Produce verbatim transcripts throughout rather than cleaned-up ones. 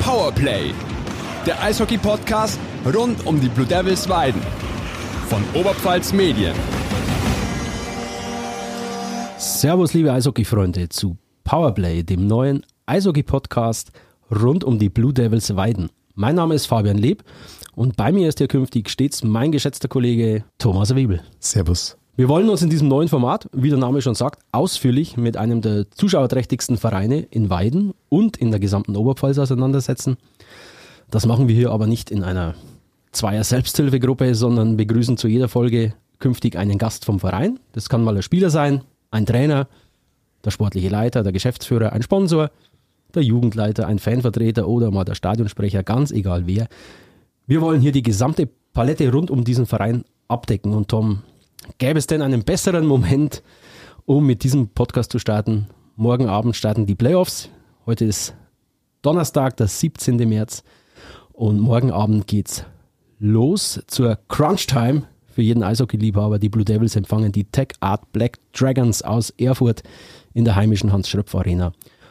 Powerplay, der Eishockey-Podcast rund um die Blue Devils Weiden von Oberpfalz Medien. Servus liebe Eishockey-Freunde zu Powerplay, dem neuen Eishockey-Podcast rund um die Blue Devils Weiden. Mein Name ist Fabian Leb und bei mir ist hier künftig stets mein geschätzter Kollege Thomas Wiebel. Servus. Wir wollen uns in diesem neuen Format, wie der Name schon sagt, ausführlich mit einem der zuschauerträchtigsten Vereine in Weiden und in der gesamten Oberpfalz auseinandersetzen. Das machen wir hier aber nicht in einer Zweier-Selbsthilfegruppe, sondern begrüßen zu jeder Folge künftig einen Gast vom Verein. Das kann mal ein Spieler sein, ein Trainer, der sportliche Leiter, der Geschäftsführer, ein Sponsor, der Jugendleiter, ein Fanvertreter oder mal der Stadionsprecher, ganz egal wer. Wir wollen hier die gesamte Palette rund um diesen Verein abdecken. Und Tom, gäbe es denn einen besseren Moment, um mit diesem Podcast zu starten? Morgen Abend starten die Playoffs. Heute ist Donnerstag, der siebzehnten März. Und morgen Abend geht's los zur Crunch Time. Für jeden Eishockey-Liebhaber. Die Blue Devils empfangen die Tech Art Black Dragons aus Erfurt in der heimischen Hans-Schröpf-Arena.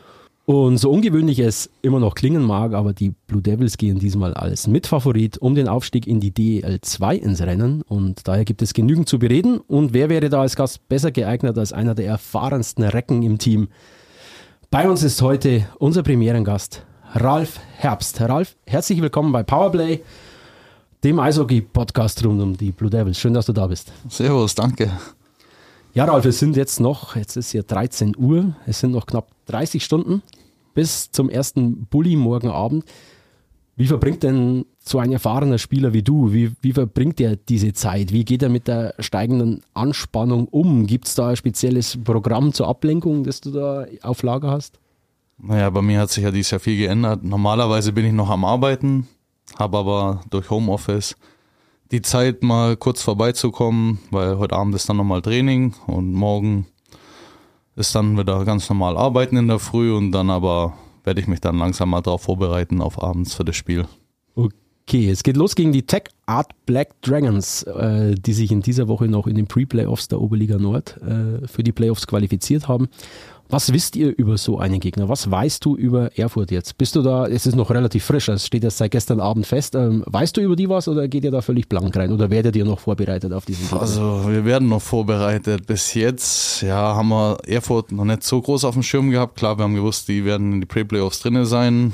Und so ungewöhnlich es immer noch klingen mag, aber die Blue Devils gehen diesmal als Mitfavorit um den Aufstieg in die D E L zwei ins Rennen und daher gibt es genügend zu bereden. Und wer wäre da als Gast besser geeignet als einer der erfahrensten Recken im Team? Bei uns ist heute unser Premierengast Ralf Herbst. Ralf, herzlich willkommen bei Powerplay, dem Eishockey-Podcast rund um die Blue Devils. Schön, dass du da bist. Servus, danke. Ja, Ralf, es sind jetzt noch, jetzt ist ja dreizehn Uhr, es sind noch knapp dreißig Stunden bis zum ersten Bulli morgen Abend. Wie verbringt denn so ein erfahrener Spieler wie du, wie, wie verbringt er diese Zeit? Wie geht er mit der steigenden Anspannung um? Gibt es da ein spezielles Programm zur Ablenkung, das du da auf Lager hast? Naja, bei mir hat sich ja dieses Jahr viel geändert. Normalerweise bin ich noch am Arbeiten, habe aber durch Homeoffice die Zeit mal kurz vorbeizukommen, weil heute Abend ist dann nochmal Training und morgen ist dann wieder ganz normal arbeiten in der Früh und dann aber werde ich mich dann langsam mal darauf vorbereiten auf abends für das Spiel. Okay, es geht los gegen die Tech Art Black Dragons, äh, die sich in dieser Woche noch in den Pre-Playoffs der Oberliga Nord äh, für die Playoffs qualifiziert haben. Was wisst ihr über so einen Gegner? Was weißt du über Erfurt jetzt? Bist du da, es ist noch relativ frisch, es steht jetzt seit gestern Abend fest. Ähm, weißt du über die was oder geht ihr da völlig blank rein? Oder werdet ihr noch vorbereitet auf diesen Gegner? Also wir werden noch vorbereitet. Bis jetzt ja, haben wir Erfurt noch nicht so groß auf dem Schirm gehabt. Klar, wir haben gewusst, die werden in die Pre-Playoffs drin sein.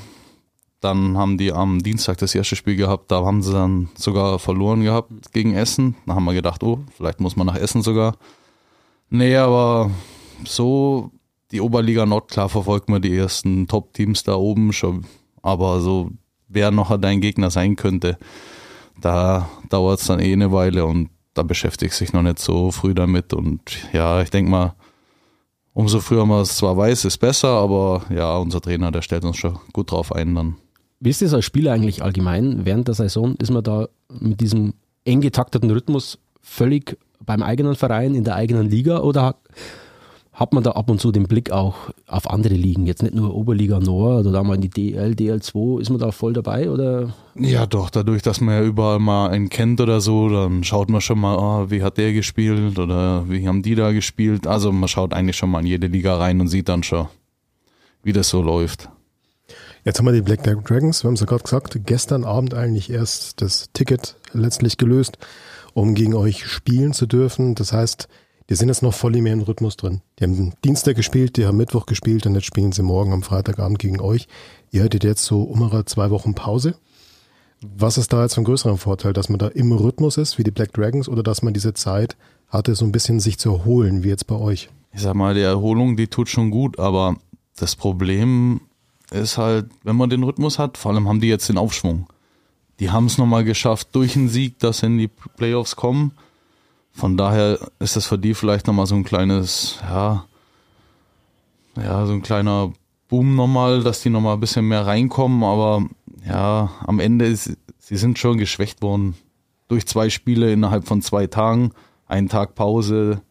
Dann haben die am Dienstag das erste Spiel gehabt, da haben sie dann sogar verloren gehabt gegen Essen. Da haben wir gedacht, oh, vielleicht muss man nach Essen sogar. Nee, aber so die Oberliga Nord, klar verfolgt man die ersten Top-Teams da oben schon, aber so wer noch dein Gegner sein könnte, da dauert es dann eh eine Weile und da beschäftigt sich noch nicht so früh damit und ja, ich denke mal, umso früher man es zwar weiß, ist besser, aber ja, unser Trainer, der stellt uns schon gut drauf ein dann. Wie ist das als Spieler eigentlich allgemein? Während der Saison ist man da mit diesem eng getakteten Rhythmus völlig beim eigenen Verein, in der eigenen Liga oder hat man da ab und zu den Blick auch auf andere Ligen, jetzt nicht nur Oberliga Nord oder da mal in die D L, D L zwei, ist man da voll dabei oder? Ja doch, dadurch, dass man ja überall mal einen kennt oder so, dann schaut man schon mal, oh, wie hat der gespielt oder wie haben die da gespielt, also man schaut eigentlich schon mal in jede Liga rein und sieht dann schon, wie das so läuft. Jetzt haben wir die Black Dragons, wir haben es ja gerade gesagt, gestern Abend eigentlich erst das Ticket letztlich gelöst, um gegen euch spielen zu dürfen, das heißt, die sind jetzt noch voll im Rhythmus drin. Die haben Dienstag gespielt, die haben Mittwoch gespielt und jetzt spielen sie morgen am Freitagabend gegen euch. Ihr hattet jetzt so um eure zwei Wochen Pause. Was ist da jetzt von größerem Vorteil, dass man da im Rhythmus ist, wie die Black Dragons, oder dass man diese Zeit hatte, so ein bisschen sich zu erholen, wie jetzt bei euch? Ich sag mal, die Erholung, die tut schon gut, aber das Problem ist halt, wenn man den Rhythmus hat, vor allem haben die jetzt den Aufschwung. Die haben es nochmal geschafft, durch einen Sieg, dass sie in die Playoffs kommen. Von daher ist das für die vielleicht nochmal so ein kleines, ja, ja, so ein kleiner Boom nochmal, dass die nochmal ein bisschen mehr reinkommen, aber ja, am Ende ist, sie sind schon geschwächt worden durch zwei Spiele innerhalb von zwei Tagen, einen Tag Pause,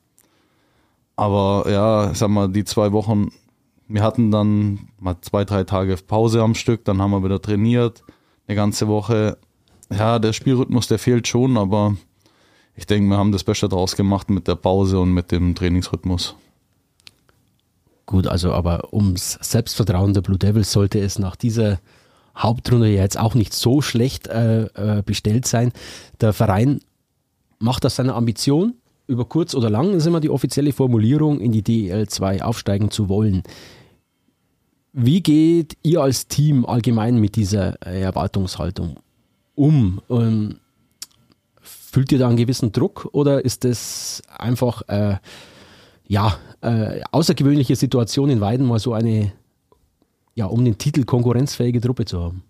aber ja, ich sag mal, die zwei Wochen, wir hatten dann mal zwei, drei Tage Pause am Stück, dann haben wir wieder trainiert, eine ganze Woche, ja, der Spielrhythmus, der fehlt schon, aber ich denke, wir haben das Beste draus gemacht mit der Pause und mit dem Trainingsrhythmus. Gut, also aber ums Selbstvertrauen der Blue Devils sollte es nach dieser Hauptrunde ja jetzt auch nicht so schlecht äh, äh, bestellt sein. Der Verein macht das seine Ambition, über kurz oder lang, das ist immer die offizielle Formulierung, in die D E L zwei aufsteigen zu wollen. Wie geht ihr als Team allgemein mit dieser äh, Erwartungshaltung um? Ähm, fühlt ihr da einen gewissen Druck oder ist das einfach äh, ja, äh, außergewöhnliche Situation in Weiden, mal so eine, ja, um den Titel konkurrenzfähige Truppe zu haben?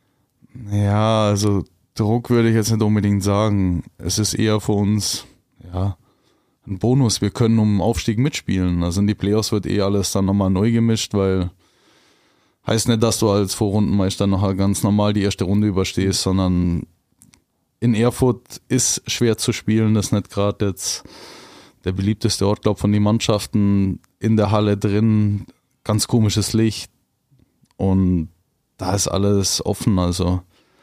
Ja, also Druck würde ich jetzt nicht unbedingt sagen. Es ist eher für uns, ja, ein Bonus. Wir können um Aufstieg mitspielen. Also in die Playoffs wird eh alles dann nochmal neu gemischt, weil heißt nicht, dass du als Vorrundenmeister noch ganz normal die erste Runde überstehst, sondern in Erfurt ist schwer zu spielen. Das ist nicht gerade jetzt der beliebteste Ort, glaube ich, von den Mannschaften. In der Halle drin, ganz komisches Licht und da ist alles offen. Also,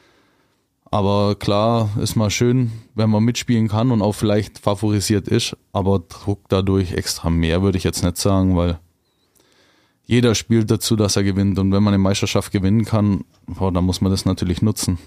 aber klar, ist mal schön, wenn man mitspielen kann und auch vielleicht favorisiert ist, aber Druck dadurch extra mehr würde ich jetzt nicht sagen, weil jeder spielt dazu, dass er gewinnt und wenn man eine Meisterschaft gewinnen kann, boah, dann muss man das natürlich nutzen.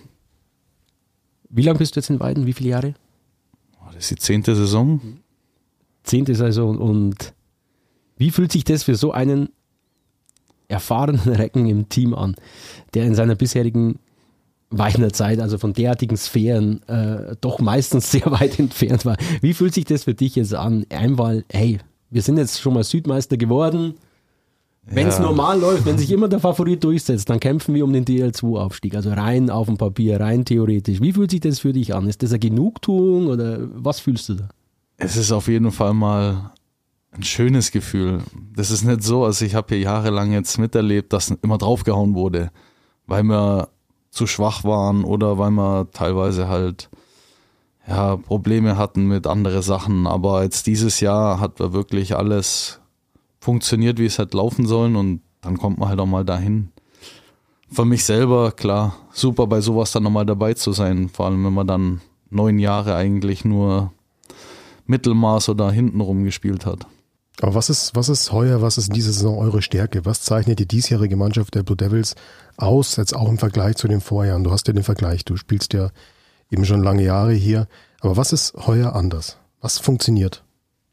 Wie lange bist du jetzt in Weiden? Wie viele Jahre? Das ist die zehnte Saison. Zehnte Saison. Und wie fühlt sich das für so einen erfahrenen Recken im Team an, der in seiner bisherigen Weidener Zeit, also von derartigen Sphären, äh, doch meistens sehr weit entfernt war? Wie fühlt sich das für dich jetzt an? Einmal, hey, wir sind jetzt schon mal Südmeister geworden. Wenn es ja. normal läuft, wenn sich immer der Favorit durchsetzt, dann kämpfen wir um den D E L zwei Aufstieg. Also rein auf dem Papier, rein theoretisch. Wie fühlt sich das für dich an? Ist das eine Genugtuung oder was fühlst du da? Es ist auf jeden Fall mal ein schönes Gefühl. Das ist nicht so, also ich habe hier jahrelang jetzt miterlebt, dass immer draufgehauen wurde, weil wir zu schwach waren oder weil wir teilweise halt ja, Probleme hatten mit anderen Sachen. Aber jetzt dieses Jahr hat wir wirklich alles funktioniert, wie es halt laufen sollen und dann kommt man halt auch mal dahin. Für mich selber, klar, super bei sowas dann nochmal dabei zu sein, vor allem wenn man dann neun Jahre eigentlich nur Mittelmaß oder hintenrum gespielt hat. Aber was ist, was ist heuer, was ist diese Saison eure Stärke? Was zeichnet die diesjährige Mannschaft der Blue Devils aus, jetzt auch im Vergleich zu den Vorjahren? Du hast ja den Vergleich, du spielst ja eben schon lange Jahre hier, aber was ist heuer anders? Was funktioniert?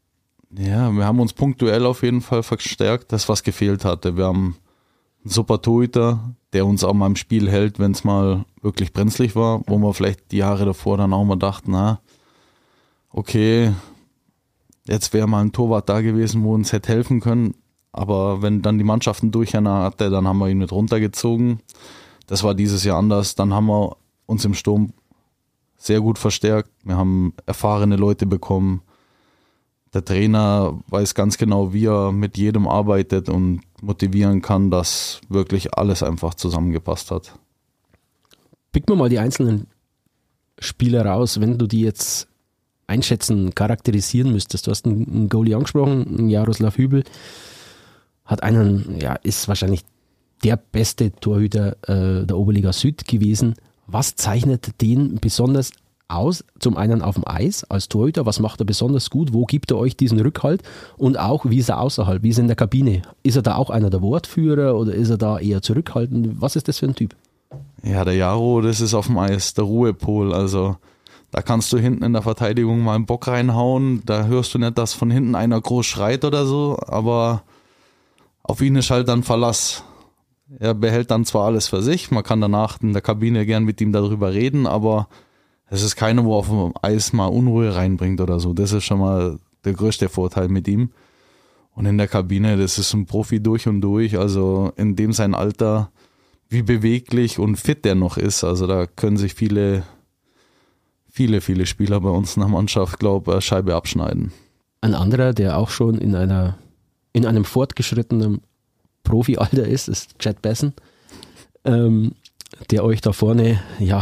Ja, wir haben uns punktuell auf jeden Fall verstärkt, das was gefehlt hatte. Wir haben einen super Torhüter, der uns auch mal im Spiel hält, wenn es mal wirklich brenzlig war, wo wir vielleicht die Jahre davor dann auch mal dachten, na, okay, jetzt wäre mal ein Torwart da gewesen, wo uns hätte helfen können, aber wenn dann die Mannschaften durcheinander hatte, dann haben wir ihn mit runtergezogen. Das war dieses Jahr anders. Dann haben wir uns im Sturm sehr gut verstärkt. Wir haben erfahrene Leute bekommen. Der Trainer weiß ganz genau, wie er mit jedem arbeitet und motivieren kann, dass wirklich alles einfach zusammengepasst hat. Pick mir mal die einzelnen Spieler raus, wenn du die jetzt einschätzen, charakterisieren müsstest. Du hast einen Goalie angesprochen, einen Jaroslav Hübel, hat einen, ja, ist wahrscheinlich der beste Torhüter äh, der Oberliga Süd gewesen. Was zeichnet den besonders aus? Zum einen auf dem Eis als Torhüter, was macht er besonders gut? Wo gibt er euch diesen Rückhalt? Und auch, wie ist er außerhalb? Wie ist er in der Kabine? Ist er da auch einer der Wortführer oder ist er da eher zurückhaltend? Was ist das für ein Typ? Ja, der Jaro, das ist auf dem Eis der Ruhepol. Also da kannst du hinten in der Verteidigung mal einen Bock reinhauen. Da hörst du nicht, dass von hinten einer groß schreit oder so, aber auf ihn ist halt dann Verlass. Er behält dann zwar alles für sich, man kann danach in der Kabine gern mit ihm darüber reden, aber es ist keiner, wo auf dem Eis mal Unruhe reinbringt oder so. Das ist schon mal der größte Vorteil mit ihm. Und in der Kabine, das ist ein Profi durch und durch, also in dem sein Alter, wie beweglich und fit der noch ist. Also da können sich viele, viele, viele Spieler bei uns in der Mannschaft, glaube ich, Scheibe abschneiden. Ein anderer, der auch schon in einer in einem fortgeschrittenen Profi-Alter ist, ist Chad Besson, ähm, der euch da vorne ja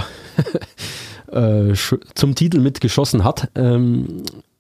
äh, zum Titel mitgeschossen hat. Ähm,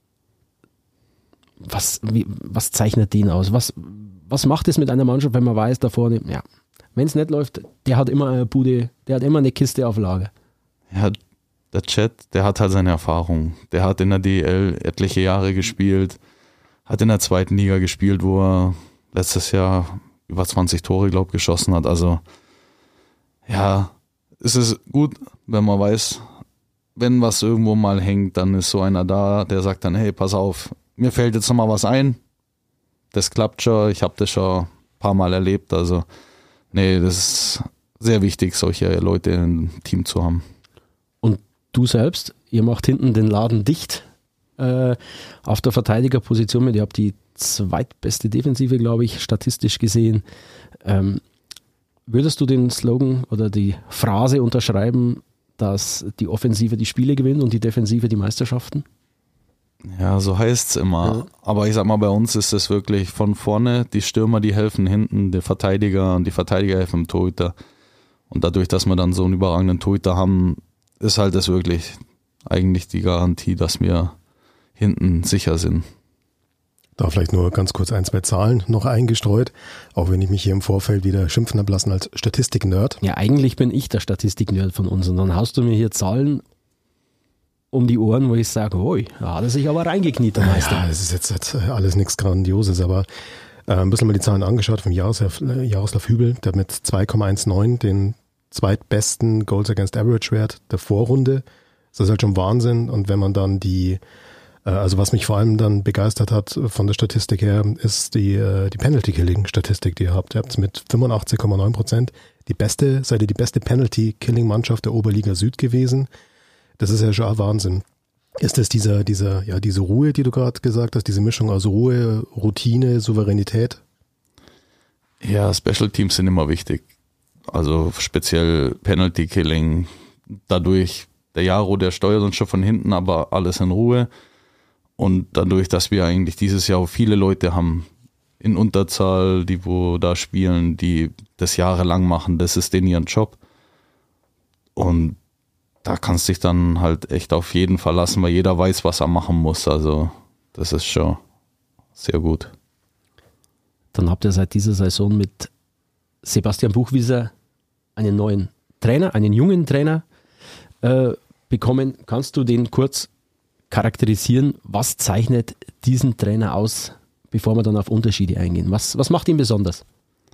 was, wie, was zeichnet den aus? Was, was macht es mit einer Mannschaft, wenn man weiß, da vorne, ja, wenn es nicht läuft, der hat immer eine Bude, der hat immer eine Kiste auf Lager. Ja, der Chad, der hat halt seine Erfahrung. Der hat in der D E L etliche Jahre gespielt, hat in der zweiten Liga gespielt, wo er letztes Jahr über zwanzig Tore, glaube ich, geschossen hat. Also ja, ist es gut, wenn man weiß, wenn was irgendwo mal hängt, dann ist so einer da, der sagt dann, hey, pass auf, mir fällt jetzt nochmal was ein. Das klappt schon, ich habe das schon ein paar Mal erlebt. Also nee, das ist sehr wichtig, solche Leute im Team zu haben. Und du selbst, ihr macht hinten den Laden dicht äh, auf der Verteidigerposition mit. Ihr habt die zweitbeste Defensive, glaube ich, statistisch gesehen. Ähm, würdest du den Slogan oder die Phrase unterschreiben, dass die Offensive die Spiele gewinnt und die Defensive die Meisterschaften? Ja, so heißt es immer. Ja. Aber ich sag mal, bei uns ist es wirklich von vorne, die Stürmer, die helfen hinten, der Verteidiger und die Verteidiger helfen dem Torhüter. Und dadurch, dass wir dann so einen überragenden Torhüter haben, ist halt das wirklich eigentlich die Garantie, dass wir hinten sicher sind. Da vielleicht nur ganz kurz ein, zwei Zahlen noch eingestreut, auch wenn ich mich hier im Vorfeld wieder schimpfen habe lassen als Statistik-Nerd. Ja, eigentlich bin ich der Statistik-Nerd von uns und dann haust du mir hier Zahlen um die Ohren, wo ich sage, oi, da hat er sich aber reingekniet, der Meister. Ja, das ist jetzt alles nichts Grandioses, aber äh, ein bisschen mal die Zahlen angeschaut vom Jaroslav, Jaroslav Hübel, der mit zwei Komma neunzehn den zweitbesten Goals Against Average Wert der Vorrunde. Das ist halt schon Wahnsinn. Und wenn man dann die, äh, also was mich vor allem dann begeistert hat von der Statistik her, ist die, äh, die Penalty-Killing-Statistik, die ihr habt. Ihr habt mit fünfundachtzig Komma neun Prozent die beste, seid ihr die beste Penalty-Killing-Mannschaft der Oberliga Süd gewesen. Das ist ja schon ein Wahnsinn. Ist das dieser, dieser, ja, diese Ruhe, die du gerade gesagt hast, diese Mischung aus Ruhe, Routine, Souveränität? Ja, Special Teams sind immer wichtig. Also speziell Penalty Killing. Dadurch, der Jaro, der steuert uns schon von hinten, aber alles in Ruhe. Und dadurch, dass wir eigentlich dieses Jahr auch viele Leute haben in Unterzahl, die wo da spielen, die das jahrelang machen, das ist denen ihren Job. Und da kannst du dich dann halt echt auf jeden verlassen, weil jeder weiß, was er machen muss. Also das ist schon sehr gut. Dann habt ihr seit dieser Saison mit Sebastian Buchwieser einen neuen Trainer, einen jungen Trainer äh, bekommen. Kannst du den kurz charakterisieren? Was zeichnet diesen Trainer aus, bevor wir dann auf Unterschiede eingehen? Was, was macht ihn besonders?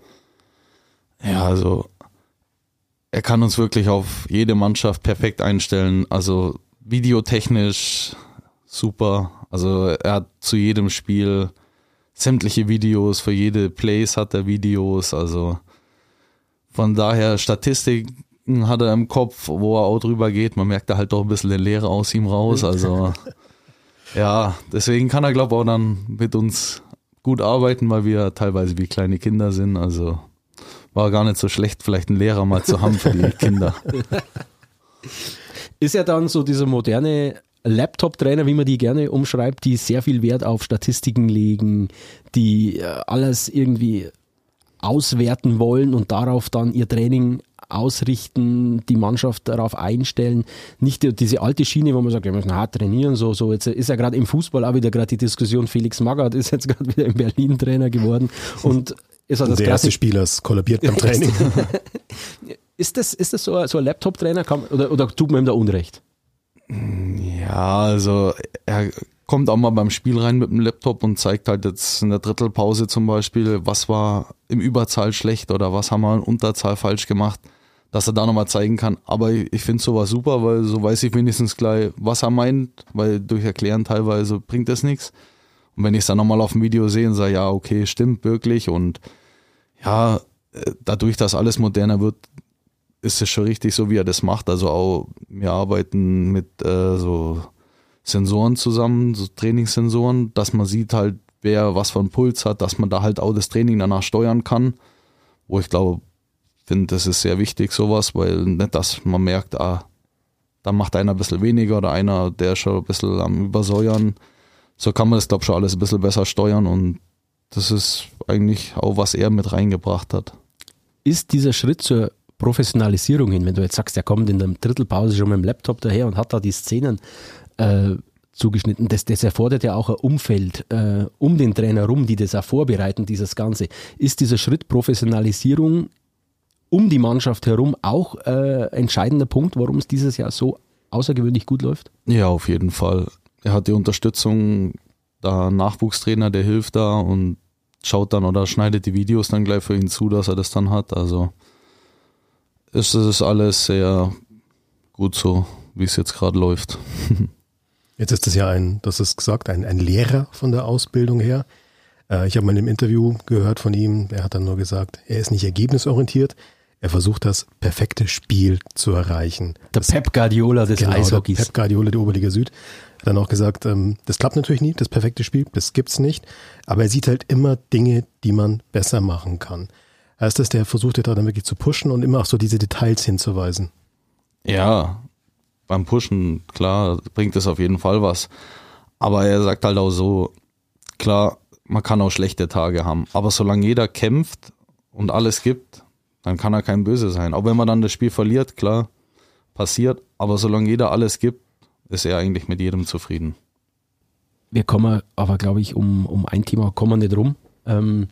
Ja, also er kann uns wirklich auf jede Mannschaft perfekt einstellen. Also videotechnisch super. Also er hat zu jedem Spiel sämtliche Videos, für jede Plays hat er Videos. Also von daher Statistiken hat er im Kopf, wo er auch drüber geht. Man merkt da halt doch ein bisschen den Lehrer aus ihm raus. Also ja, deswegen kann er, glaube ich, auch dann mit uns gut arbeiten, weil wir teilweise wie kleine Kinder sind. Also war gar nicht so schlecht, vielleicht einen Lehrer mal zu haben für die Kinder. Ist er dann so dieser moderne Laptop-Trainer, wie man die gerne umschreibt, die sehr viel Wert auf Statistiken legen, die alles irgendwie auswerten wollen und darauf dann ihr Training ausrichten, die Mannschaft darauf einstellen, nicht diese alte Schiene, wo man sagt, wir müssen hart trainieren, so, so. Jetzt ist ja gerade im Fußball auch wieder gerade die Diskussion, Felix Magath ist jetzt gerade wieder in Berlin Trainer geworden und ist halt das der erste Spieler kollabiert beim Training. Ist das, ist das so ein, so ein Laptop-Trainer oder, oder tut man ihm da Unrecht? Ja, also er kommt auch mal beim Spiel rein mit dem Laptop und zeigt halt jetzt in der Drittelpause zum Beispiel, was war im Überzahl schlecht oder was haben wir in Unterzahl falsch gemacht, dass er da nochmal zeigen kann. Aber ich finde sowas super, weil so weiß ich wenigstens gleich, was er meint, weil durch Erklären teilweise bringt das nichts. Und wenn ich es dann nochmal auf dem Video sehe und sage, ja, okay, stimmt wirklich und ja, dadurch, dass alles moderner wird, ist es schon richtig so, wie er das macht. Also auch, wir arbeiten mit äh, so Sensoren zusammen, so Trainingssensoren, dass man sieht halt, wer was für einen Puls hat, dass man da halt auch das Training danach steuern kann. Wo ich glaube, finde, das ist sehr wichtig, sowas, weil nicht, dass man merkt, ah, da macht einer ein bisschen weniger oder einer, der ist schon ein bisschen am Übersäuern. So kann man das, glaube ich, schon alles ein bisschen besser steuern und das ist eigentlich auch, was er mit reingebracht hat. Ist dieser Schritt zur Professionalisierung hin, wenn du jetzt sagst, er kommt in der Drittelpause schon mit dem Laptop daher und hat da die Szenen äh, zugeschnitten, das, das erfordert ja auch ein Umfeld äh, um den Trainer rum, die das auch vorbereiten, dieses Ganze. Ist dieser Schritt Professionalisierung um die Mannschaft herum auch äh, entscheidender Punkt, warum es dieses Jahr so außergewöhnlich gut läuft? Ja, auf jeden Fall. Er hat die Unterstützung, da Nachwuchstrainer, der hilft da und schaut dann oder schneidet die Videos dann gleich für ihn zu, dass er das dann hat. Also ist es alles sehr gut so, wie es jetzt gerade läuft. Jetzt ist es ja ein, das ist gesagt, ein, ein Lehrer von der Ausbildung her. Äh, ich habe mal in einem Interview gehört von ihm, er hat dann nur gesagt, er ist nicht ergebnisorientiert, er versucht das perfekte Spiel zu erreichen. Der das, Pep Guardiola des genau, Eishockeys. Der Pep Guardiola der Oberliga Süd hat dann auch gesagt, ähm, das klappt natürlich nie, das perfekte Spiel, das gibt's nicht, aber er sieht halt immer Dinge, die man besser machen kann. Heißt das, der versucht ja da dann wirklich zu pushen und immer auch so diese Details hinzuweisen? Ja, beim Pushen, klar, bringt es auf jeden Fall was. Aber er sagt halt auch so, klar, man kann auch schlechte Tage haben. Aber solange jeder kämpft und alles gibt, dann kann er kein Böse sein. Auch wenn man dann das Spiel verliert, klar, passiert. Aber solange jeder alles gibt, ist er eigentlich mit jedem zufrieden. Wir kommen aber, glaube ich, um, um ein Thema kommen wir nicht rum. Ähm,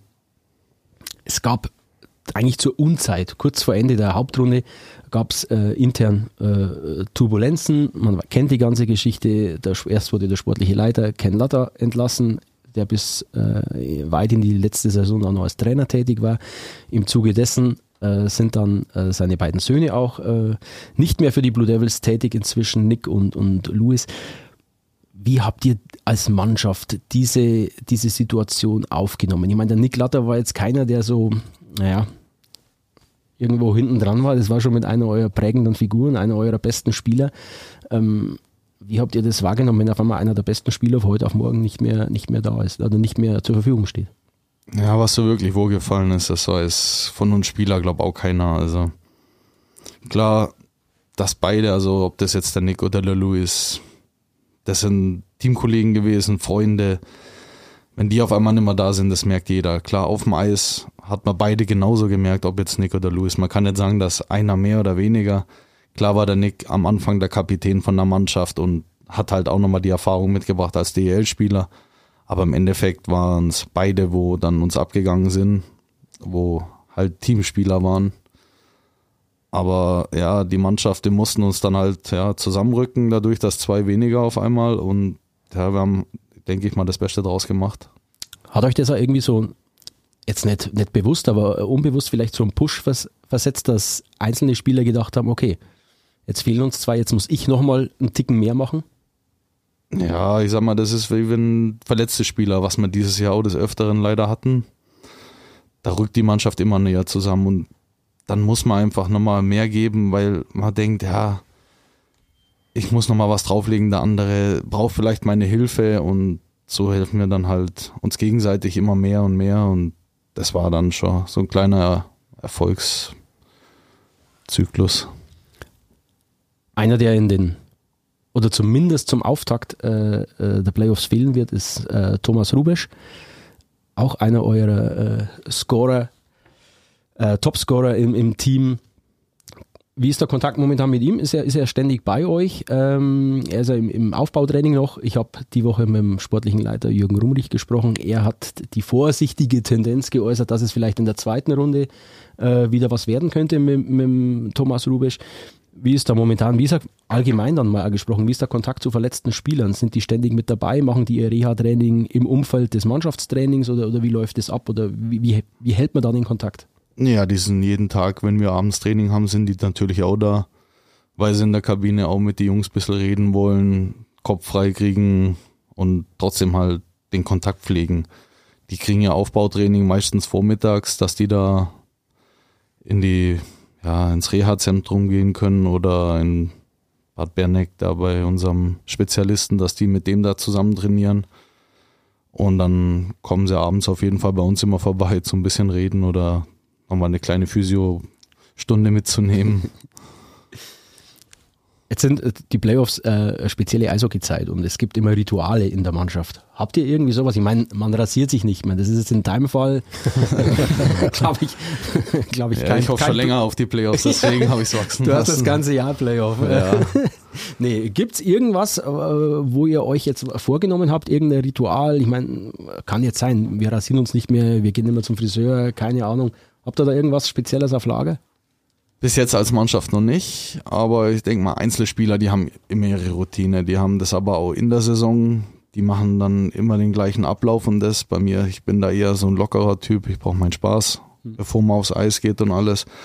es gab eigentlich zur Unzeit, kurz vor Ende der Hauptrunde, gab es äh, intern äh, Turbulenzen. Man kennt die ganze Geschichte. Der, erst wurde der sportliche Leiter Ken Latta entlassen, der bis äh, weit in die letzte Saison auch noch als Trainer tätig war. Im Zuge dessen äh, sind dann äh, seine beiden Söhne auch äh, nicht mehr für die Blue Devils tätig, inzwischen Nick und, und Louis. Wie habt ihr als Mannschaft diese, diese Situation aufgenommen? Ich meine, der Nick Latta war jetzt keiner, der so, naja, irgendwo hinten dran war. Das war schon mit einer eurer prägenden Figuren, einer eurer besten Spieler. Ähm, wie habt ihr das wahrgenommen, wenn auf einmal einer der besten Spieler von heute auf morgen nicht mehr, nicht mehr da ist oder nicht mehr zur Verfügung steht? Ja, was so wirklich wohlgefallen ist, das weiß von uns Spieler, glaube auch keiner. Also klar, dass beide, also ob das jetzt der Nick oder der Louis, das sind Teamkollegen gewesen, Freunde. Wenn die auf einmal nicht mehr da sind, das merkt jeder. Klar, auf dem Eis hat man beide genauso gemerkt, ob jetzt Nick oder Louis. Man kann nicht sagen, dass einer mehr oder weniger. Klar war der Nick am Anfang der Kapitän von der Mannschaft und hat halt auch nochmal die Erfahrung mitgebracht als D E L-Spieler. Aber im Endeffekt waren es beide, wo dann uns abgegangen sind, wo halt Teamspieler waren. Aber ja, die Mannschaften mussten uns dann halt ja, zusammenrücken, dadurch, dass zwei weniger auf einmal. Und ja, wir haben, denke ich mal, das Beste draus gemacht. Hat euch das auch irgendwie so, jetzt nicht, nicht bewusst, aber unbewusst vielleicht so einen Push vers- versetzt, dass einzelne Spieler gedacht haben, okay, jetzt fehlen uns zwei, jetzt muss ich nochmal einen Ticken mehr machen? Ja, ich sag mal, das ist wie wenn verletzte Spieler, was wir dieses Jahr auch des Öfteren leider hatten. Da rückt die Mannschaft immer näher zusammen und dann muss man einfach nochmal mehr geben, weil man denkt, ja, ich muss nochmal was drauflegen, der andere braucht vielleicht meine Hilfe und so helfen wir dann halt uns gegenseitig immer mehr und mehr und das war dann schon so ein kleiner Erfolgszyklus. Einer, der in den, oder zumindest zum Auftakt äh, äh, der Playoffs fehlen wird, ist äh, Thomas Rubesch. Auch einer eurer äh, Scorer, äh, Topscorer im, im Team. Wie ist der Kontakt momentan mit ihm? Ist er, ist er ständig bei euch? Ähm, er ist ja im, im Aufbautraining noch. Ich habe die Woche mit dem sportlichen Leiter Jürgen Rumrich gesprochen. Er hat die vorsichtige Tendenz geäußert, dass es vielleicht in der zweiten Runde äh, wieder was werden könnte mit, mit Thomas Rubesch. Wie ist da momentan, wie gesagt, allgemein dann mal gesprochen, wie ist der Kontakt zu verletzten Spielern? Sind die ständig mit dabei? Machen die ihr Reha-Training im Umfeld des Mannschaftstrainings oder, oder wie läuft das ab? Oder wie, wie, wie hält man da den Kontakt? Ja, die sind jeden Tag, wenn wir abends Training haben, sind die natürlich auch da, weil sie in der Kabine auch mit den Jungs ein bisschen reden wollen, Kopf frei kriegen und trotzdem halt den Kontakt pflegen. Die kriegen ja Aufbautraining meistens vormittags, dass die da in die, ja, ins Reha-Zentrum gehen können oder in Bad Berneck da bei unserem Spezialisten, dass die mit dem da zusammen trainieren. Und dann kommen sie abends auf jeden Fall bei uns immer vorbei zum ein bisschen reden oder nochmal eine kleine Physio-Stunde mitzunehmen. Jetzt sind die Playoffs äh, eine spezielle Eishockey-Zeit und es gibt immer Rituale in der Mannschaft. Habt ihr irgendwie sowas? Ich meine, man rasiert sich nicht mehr. Das ist jetzt in deinem Fall, glaube ich, glaube ich, ja, kein, ich hoffe kein schon länger auf die Playoffs, deswegen habe ich es wachsen Du lassen. hast das ganze Jahr Playoff. Ja. Nee, gibt's irgendwas, äh, wo ihr euch jetzt vorgenommen habt, irgendein Ritual? Ich meine, kann jetzt sein, wir rasieren uns nicht mehr, wir gehen nicht mehr zum Friseur, keine Ahnung. Habt ihr da irgendwas Spezielles auf Lager? Bis jetzt als Mannschaft noch nicht, aber ich denke mal, Einzelspieler, die haben immer ihre Routine, die haben das aber auch in der Saison, die machen dann immer den gleichen Ablauf und das bei mir, ich bin da eher so ein lockerer Typ, ich brauche meinen Spaß, bevor man aufs Eis geht und alles,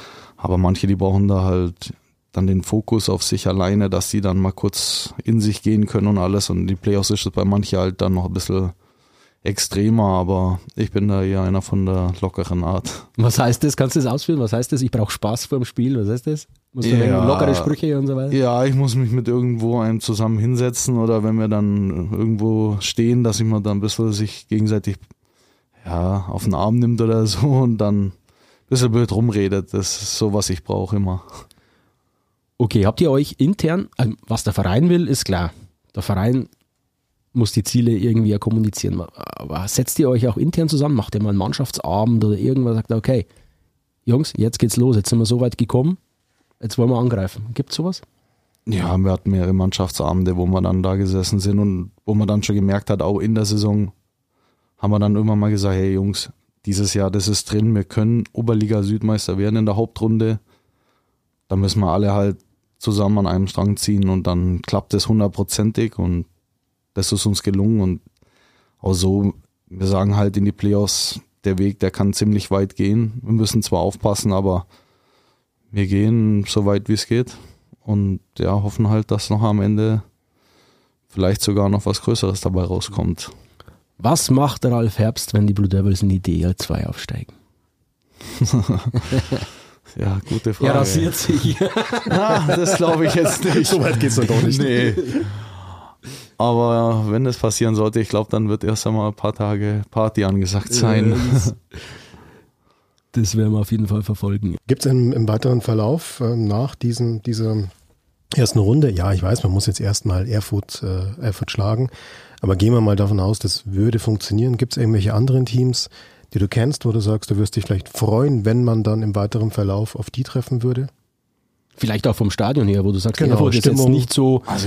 Aber manche, die brauchen da halt dann den Fokus auf sich alleine, dass sie dann mal kurz in sich gehen können und alles. Und die Playoffs ist es bei manchen halt dann noch ein bisschen extremer, aber ich bin da eher einer von der lockeren Art. Was heißt das? Kannst du das ausführen? Was heißt das? Ich brauche Spaß vor dem Spiel. Was heißt das? Musst du ja, lockere Sprüche und so weiter? Ja, ich muss mich mit irgendwo einem zusammen hinsetzen oder wenn wir dann irgendwo stehen, dass ich mal dann ein bisschen sich gegenseitig ja, auf den Arm nimmt oder so und dann ein bisschen blöd rumredet. Das ist so, was ich brauche immer. Okay, habt ihr euch intern, also was der Verein will, ist klar. Der Verein muss die Ziele irgendwie ja kommunizieren. Aber setzt ihr euch auch intern zusammen? Macht ihr mal einen Mannschaftsabend oder irgendwas? Sagt ihr, okay, Jungs, jetzt geht's los. Jetzt sind wir so weit gekommen. Jetzt wollen wir angreifen. Gibt's sowas? Ja, wir hatten mehrere Mannschaftsabende, wo wir dann da gesessen sind und wo man dann schon gemerkt hat, auch in der Saison haben wir dann irgendwann mal gesagt, hey Jungs, dieses Jahr, das ist drin. Wir können Oberliga Südmeister werden in der Hauptrunde. Da müssen wir alle halt zusammen an einem Strang ziehen und dann klappt es hundertprozentig und das ist uns gelungen und auch so, wir sagen halt in die Playoffs, der Weg, der kann ziemlich weit gehen. Wir müssen zwar aufpassen, aber wir gehen so weit, wie es geht und ja, hoffen halt, dass noch am Ende vielleicht sogar noch was Größeres dabei rauskommt. Was macht Ralf Herbst, wenn die Blue Devils in die D L zwei aufsteigen? Ja, gute Frage. Er rasiert sich. Ah, das glaube ich jetzt nicht. So weit geht's dann doch nicht. Nee. Aber wenn das passieren sollte, ich glaube, dann wird erst einmal ein paar Tage Party angesagt sein. Das werden wir auf jeden Fall verfolgen. Gibt es im, im weiteren Verlauf äh, nach diesen, dieser ersten Runde, ja, ich weiß, man muss jetzt erstmal Erfurt, äh, Erfurt schlagen, aber gehen wir mal davon aus, das würde funktionieren. Gibt es irgendwelche anderen Teams, die du kennst, wo du sagst, du wirst dich vielleicht freuen, wenn man dann im weiteren Verlauf auf die treffen würde? Vielleicht auch vom Stadion her, wo du sagst, genau, Erfurt ist jetzt nicht so... Also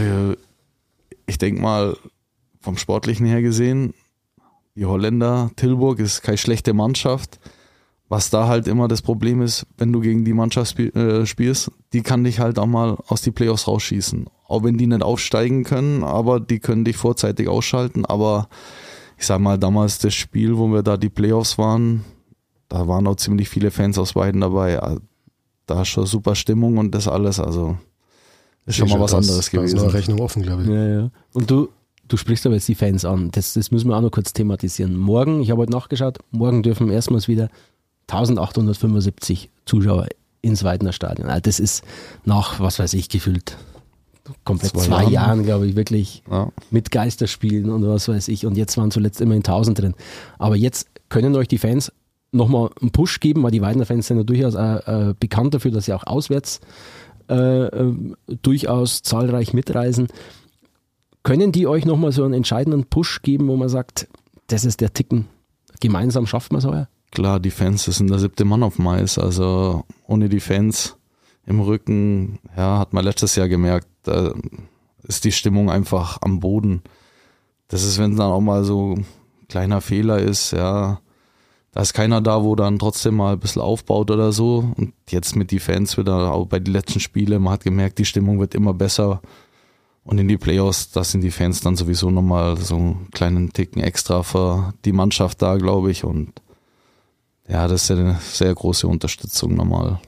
ich denke mal, vom Sportlichen her gesehen, die Holländer, Tilburg ist keine schlechte Mannschaft. Was da halt immer das Problem ist, wenn du gegen die Mannschaft spiel, äh, spielst, die kann dich halt auch mal aus die Playoffs rausschießen. Auch wenn die nicht aufsteigen können, aber die können dich vorzeitig ausschalten. Aber ich sag mal, damals das Spiel, wo wir da die Playoffs waren, da waren auch ziemlich viele Fans aus beiden dabei. Da ist schon super Stimmung und das alles, also ist schon mal was das, anderes gewesen. Da ist eine Rechnung offen, glaube ich. Ja, ja. Und du, du sprichst aber jetzt die Fans an. Das, das müssen wir auch noch kurz thematisieren. Morgen, ich habe heute nachgeschaut, morgen dürfen erstmals wieder eintausendachthundertfünfundsiebzig Zuschauer ins Weidner Stadion. Also das ist nach, was weiß ich, gefühlt komplett zwei, zwei Jahren, Jahren glaube ich, wirklich ja. mit Geisterspielen und was weiß ich. Und jetzt waren zuletzt immerhin tausend drin. Aber jetzt können euch die Fans nochmal einen Push geben, weil die Weidner Fans sind ja durchaus äh, äh, bekannt dafür, dass sie auch auswärts äh, äh, durchaus zahlreich mitreisen. Können die euch nochmal so einen entscheidenden Push geben, wo man sagt, das ist der Ticken, gemeinsam schafft man es heuer? Klar, die Fans, das sind der siebte Mann auf dem Eis. Also ohne die Fans im Rücken, ja, hat man letztes Jahr gemerkt, da ist die Stimmung einfach am Boden. Das ist, wenn es dann auch mal so ein kleiner Fehler ist, ja, da ist keiner da, wo dann trotzdem mal ein bisschen aufbaut oder so. Und jetzt mit die Fans wieder, auch bei den letzten Spielen, man hat gemerkt, die Stimmung wird immer besser. Und in die Playoffs, da sind die Fans dann sowieso nochmal so einen kleinen Ticken extra für die Mannschaft da, glaube ich. Und ja, das ist eine sehr große Unterstützung nochmal.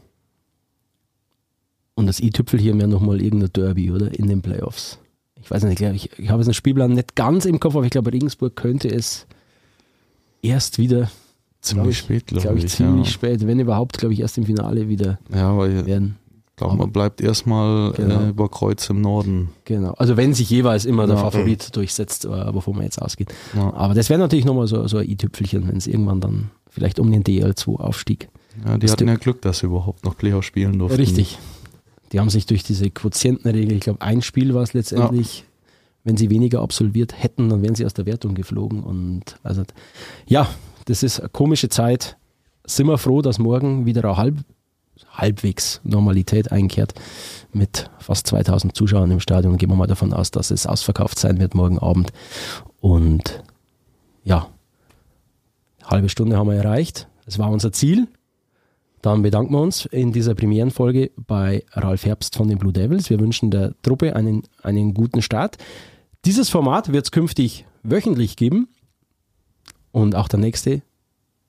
Und das i-Tüpfelchen wäre nochmal irgendein Derby, oder? In den Playoffs. Ich weiß nicht, ich, ich habe jetzt den Spielplan nicht ganz im Kopf, aber ich glaube, Regensburg könnte es erst wieder ziemlich ich, spät, glaube glaub ich. ich. Ziemlich ja. spät, wenn überhaupt, glaube ich, erst im Finale wieder ja, weil werden. Ich glaube, man bleibt erstmal genau. äh, über Kreuz im Norden. Genau, also wenn sich jeweils immer der ja. Favorit durchsetzt, wovon man jetzt ausgeht. Ja. Aber das wäre natürlich nochmal so, so ein i-Tüpfelchen, wenn es irgendwann dann vielleicht um den D L zwei Aufstieg. Ja, die das hatten du- ja Glück, dass sie überhaupt noch Playoff spielen durften. Richtig. Die haben sich durch diese Quotientenregel, ich glaube ein Spiel war es letztendlich, ja. wenn sie weniger absolviert hätten, dann wären sie aus der Wertung geflogen. Und also ja, das ist eine komische Zeit. Sind wir froh, dass morgen wieder auch halb, halbwegs Normalität einkehrt mit fast zweitausend Zuschauern im Stadion. Gehen wir mal davon aus, dass es ausverkauft sein wird morgen Abend. Und ja, halbe Stunde haben wir erreicht. Das war unser Ziel. Dann bedanken wir uns in dieser Premierenfolge bei Ralf Herbst von den Blue Devils. Wir wünschen der Truppe einen, einen guten Start. Dieses Format wird es künftig wöchentlich geben und auch der nächste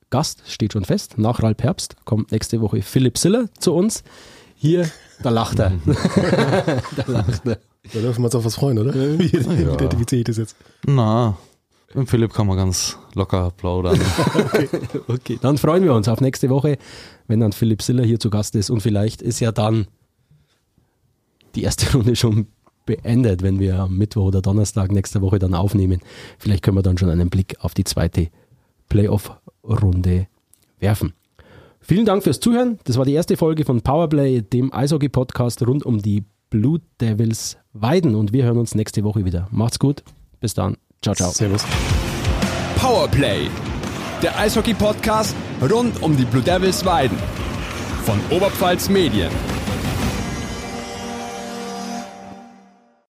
Gast steht schon fest. Nach Ralf Herbst kommt nächste Woche Philipp Siller zu uns. Hier, da lacht er. da lacht er. Da dürfen wir uns auf was freuen, oder? Wie, wie identifiziere ich das jetzt? Na, mit Philipp kann man ganz locker plaudern. okay. okay, dann freuen wir uns auf nächste Woche, wenn dann Philipp Siller hier zu Gast ist. Und vielleicht ist ja dann die erste Runde schon beendet, wenn wir am Mittwoch oder Donnerstag nächste Woche dann aufnehmen. Vielleicht können wir dann schon einen Blick auf die zweite Playoff-Runde werfen. Vielen Dank fürs Zuhören. Das war die erste Folge von Powerplay, dem Eishockey-Podcast rund um die Blue Devils Weiden. Und wir hören uns nächste Woche wieder. Macht's gut. Bis dann. Ciao, ciao. Servus. Powerplay, der Eishockey-Podcast rund um die Blue Devils Weiden von Oberpfalz Medien.